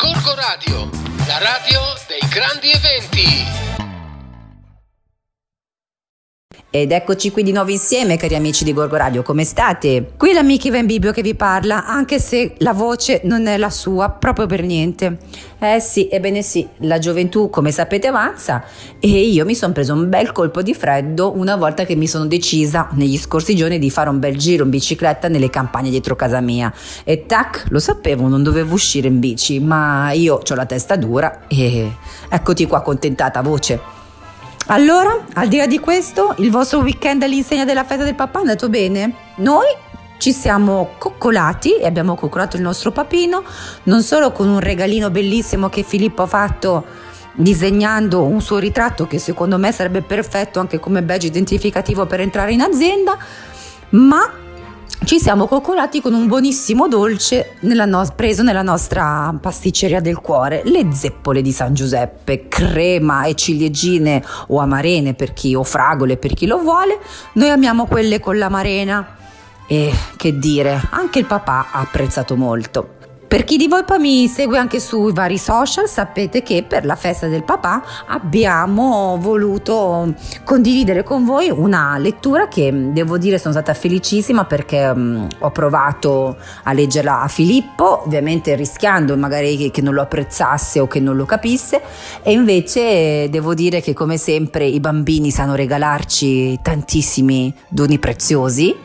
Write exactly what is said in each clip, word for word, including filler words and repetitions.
Gorgo Radio, la radio dei grandi eventi. Ed eccoci qui di nuovo insieme, cari amici di Gorgo Radio, come state? Qui l'amica Ivan Bibbio che vi parla, anche se la voce non è la sua proprio per niente. Eh sì, ebbene sì, la gioventù come sapete avanza e io mi sono preso un bel colpo di freddo una volta che mi sono decisa negli scorsi giorni di fare un bel giro in bicicletta nelle campagne dietro casa mia e tac, lo sapevo, non dovevo uscire in bici, ma io ho la testa dura e eccoti qua contentata voce. Allora, al di là di questo, il vostro weekend all'insegna della festa del papà è andato bene? Noi ci siamo coccolati e abbiamo coccolato il nostro papino, non solo con un regalino bellissimo che Filippo ha fatto disegnando un suo ritratto che secondo me sarebbe perfetto anche come badge identificativo per entrare in azienda, ma ci siamo coccolati con un buonissimo dolce nella no- preso nella nostra pasticceria del cuore, le zeppole di San Giuseppe, crema e ciliegine o amarene per chi, o fragole per chi lo vuole. Noi amiamo quelle con l'amarena e che dire, anche il papà ha apprezzato molto. Per chi di voi poi mi segue anche sui vari social, sapete che per la festa del papà abbiamo voluto condividere con voi una lettura che devo dire sono stata felicissima perché um, ho provato a leggerla a Filippo, ovviamente rischiando magari che, che non lo apprezzasse o che non lo capisse, e invece devo dire che come sempre i bambini sanno regalarci tantissimi doni preziosi.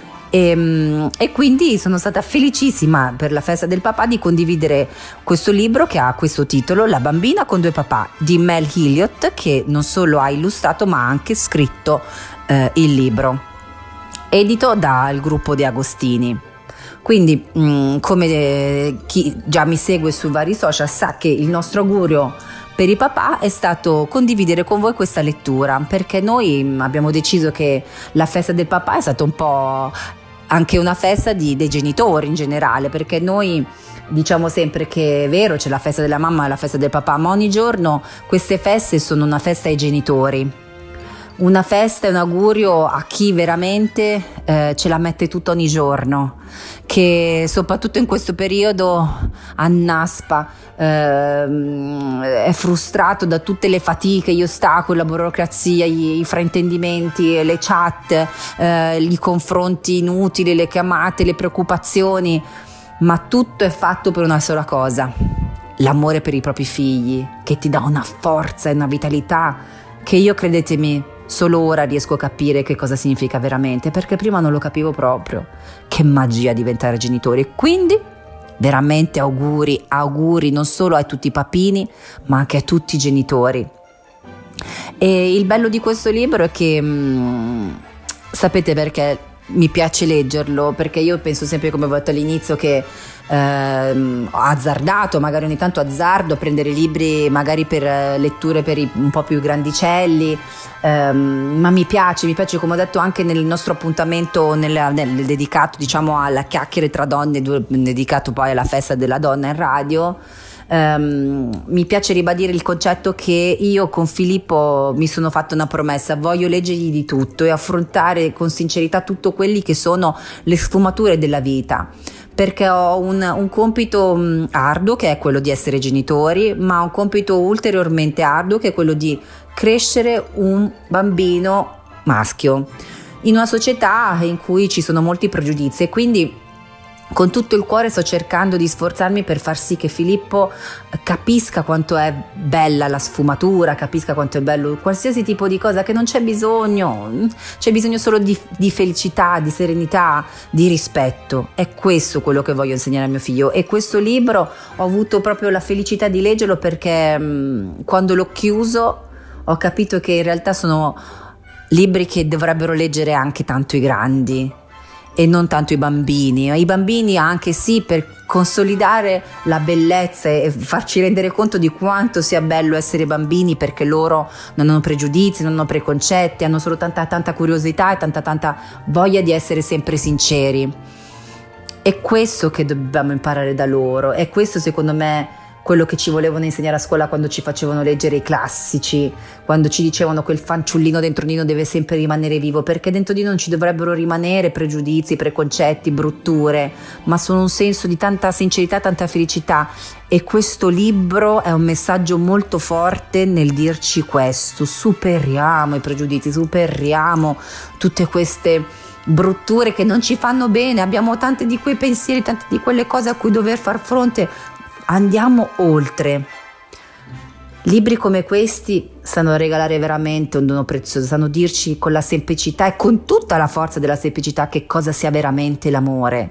E, e quindi sono stata felicissima per la festa del papà di condividere questo libro che ha questo titolo, La bambina con due papà, di Mel Elliott, che non solo ha illustrato ma ha anche scritto eh, il libro, edito dal gruppo De Agostini. Quindi mh, come chi già mi segue sui vari social sa che il nostro augurio per i papà è stato condividere con voi questa lettura, perché noi abbiamo deciso che la festa del papà è stata un po' anche una festa di, dei genitori in generale, perché noi diciamo sempre che è vero, c'è la festa della mamma e la festa del papà, ma ogni giorno queste feste sono una festa ai genitori, una festa e un augurio a chi veramente eh, ce la mette tutta ogni giorno, che soprattutto in questo periodo annaspa, eh, è frustrato da tutte le fatiche, gli ostacoli, la burocrazia, i, i fraintendimenti, le chat, eh, i confronti inutili, le chiamate, le preoccupazioni, ma tutto è fatto per una sola cosa: l'amore per i propri figli, che ti dà una forza e una vitalità che io, credetemi, solo ora riesco a capire che cosa significa veramente, perché prima non lo capivo proprio. Che magia diventare genitori. Quindi veramente auguri, auguri non solo a tutti i papini ma anche a tutti i genitori. E il bello di questo libro è che mh, sapete perché mi piace leggerlo? Perché io penso sempre, come ho detto all'inizio, che ehm, ho azzardato, magari ogni tanto azzardo a prendere libri magari per eh, letture per i un po' più grandicelli, ehm, ma mi piace, mi piace, come ho detto anche nel nostro appuntamento nel, nel dedicato diciamo alla chiacchiere tra donne, dedicato poi alla festa della donna in radio. Um, mi piace ribadire il concetto che io con Filippo mi sono fatta una promessa: voglio leggergli di tutto e affrontare con sincerità tutto quelli che sono le sfumature della vita, perché ho un, un compito um, arduo, che è quello di essere genitori, ma un compito ulteriormente arduo, che è quello di crescere un bambino maschio in una società in cui ci sono molti pregiudizi, e quindi con tutto il cuore sto cercando di sforzarmi per far sì che Filippo capisca quanto è bella la sfumatura, capisca quanto è bello qualsiasi tipo di cosa, che non c'è bisogno, c'è bisogno solo di, di felicità, di serenità, di rispetto. È questo quello che voglio insegnare a mio figlio, e questo libro ho avuto proprio la felicità di leggerlo perché mh, quando l'ho chiuso ho capito che in realtà sono libri che dovrebbero leggere anche tanto i grandi e non tanto i bambini. I bambini anche sì, per consolidare la bellezza e farci rendere conto di quanto sia bello essere bambini, perché loro non hanno pregiudizi, non hanno preconcetti, hanno solo tanta tanta curiosità e tanta tanta voglia di essere sempre sinceri. È questo che dobbiamo imparare da loro, è questo secondo me quello che ci volevano insegnare a scuola quando ci facevano leggere i classici, quando ci dicevano che il fanciullino dentro di noi deve sempre rimanere vivo, perché dentro di noi non ci dovrebbero rimanere pregiudizi, preconcetti, brutture, ma sono un senso di tanta sincerità, tanta felicità. E questo libro è un messaggio molto forte nel dirci questo: superiamo i pregiudizi, superiamo tutte queste brutture che non ci fanno bene, abbiamo tante di quei pensieri, tante di quelle cose a cui dover far fronte. Andiamo oltre. Libri come questi sanno regalare veramente un dono prezioso, sanno dirci con la semplicità e con tutta la forza della semplicità che cosa sia veramente l'amore.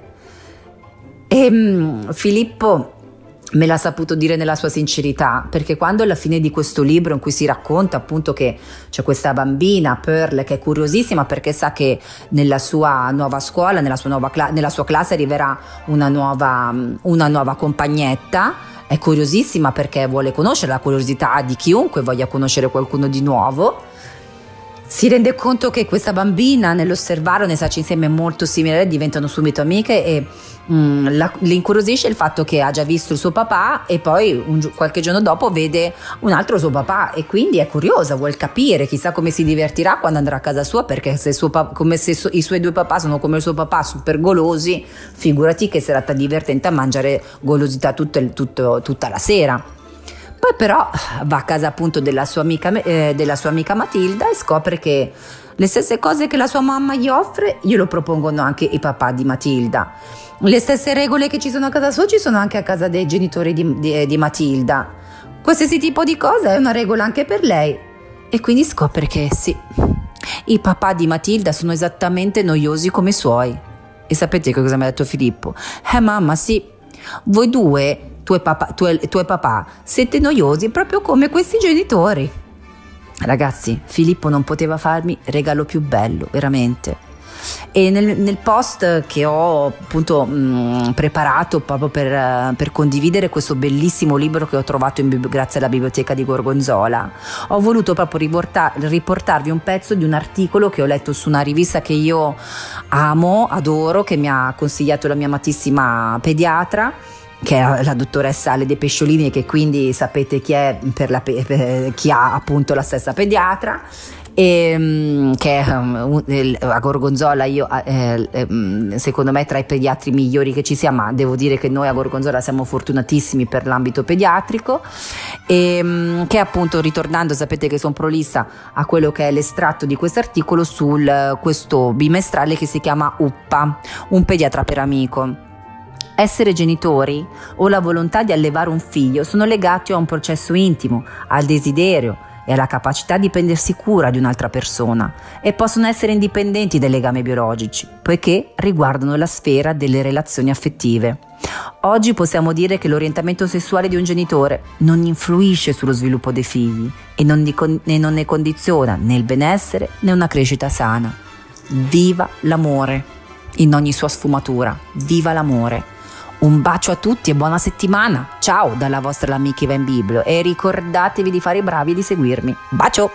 E um, Filippo me l'ha saputo dire nella sua sincerità, perché quando alla fine di questo libro, in cui si racconta appunto che c'è questa bambina Pearl che è curiosissima perché sa che nella sua nuova scuola, nella sua, nuova cla- nella sua classe arriverà una nuova, una nuova compagnetta, è curiosissima perché vuole conoscere, la curiosità di chiunque voglia conoscere qualcuno di nuovo. Si rende conto che questa bambina, nell'osservarlo, ne starci insieme molto simile, diventano subito amiche e mh, la, le incuriosisce il fatto che ha già visto il suo papà e poi un, qualche giorno dopo vede un altro suo papà e quindi è curiosa, vuol capire, chissà come si divertirà quando andrà a casa sua, perché se, suo pa- come se su- i suoi due papà sono come il suo papà, super golosi, figurati che sarà divertente a mangiare golosità tutto il, tutto, tutta la sera. Poi però va a casa appunto della sua amica, eh, della sua amica Matilda e scopre che le stesse cose che la sua mamma gli offre glielo propongono anche i papà di Matilda. Le stesse regole che ci sono a casa sua ci sono anche a casa dei genitori di, di, di Matilda. Qualsiasi tipo di cosa è una regola anche per lei. E quindi scopre che sì, i papà di Matilda sono esattamente noiosi come i suoi. E sapete che cosa mi ha detto Filippo? Eh mamma, sì, voi due... Tuoi papà, tuoi, tuoi papà siete noiosi proprio come questi genitori. Ragazzi, Filippo non poteva farmi regalo più bello, veramente. E nel, nel post che ho appunto mh, preparato proprio per, per condividere questo bellissimo libro che ho trovato in, grazie alla biblioteca di Gorgonzola, ho voluto proprio riportar, riportarvi un pezzo di un articolo che ho letto su una rivista che io amo, adoro, che mi ha consigliato la mia amatissima pediatra, che è la dottoressa Ale De Pesciolini, e che quindi sapete chi è per, la, per chi ha appunto la stessa pediatra, e, che è, a Gorgonzola io eh, secondo me tra i pediatri migliori che ci sia, ma devo dire che noi a Gorgonzola siamo fortunatissimi per l'ambito pediatrico, e che appunto, ritornando, sapete che sono prolissa a quello che è l'estratto di questo articolo sul questo bimestrale che si chiama U P A, un pediatra per amico. Essere genitori o la volontà di allevare un figlio sono legati a un processo intimo, al desiderio e alla capacità di prendersi cura di un'altra persona, e possono essere indipendenti dai legami biologici, poiché riguardano la sfera delle relazioni affettive. Oggi possiamo dire che l'orientamento sessuale di un genitore non influisce sullo sviluppo dei figli e non, di, e non ne condiziona né il benessere né una crescita sana. Viva l'amore in ogni sua sfumatura, viva l'amore! Un bacio a tutti e buona settimana. Ciao dalla vostra amica Iva in Biblio e ricordatevi di fare i bravi e di seguirmi. Bacio!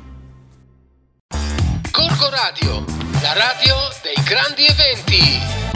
Gorgo Radio, la radio dei grandi eventi.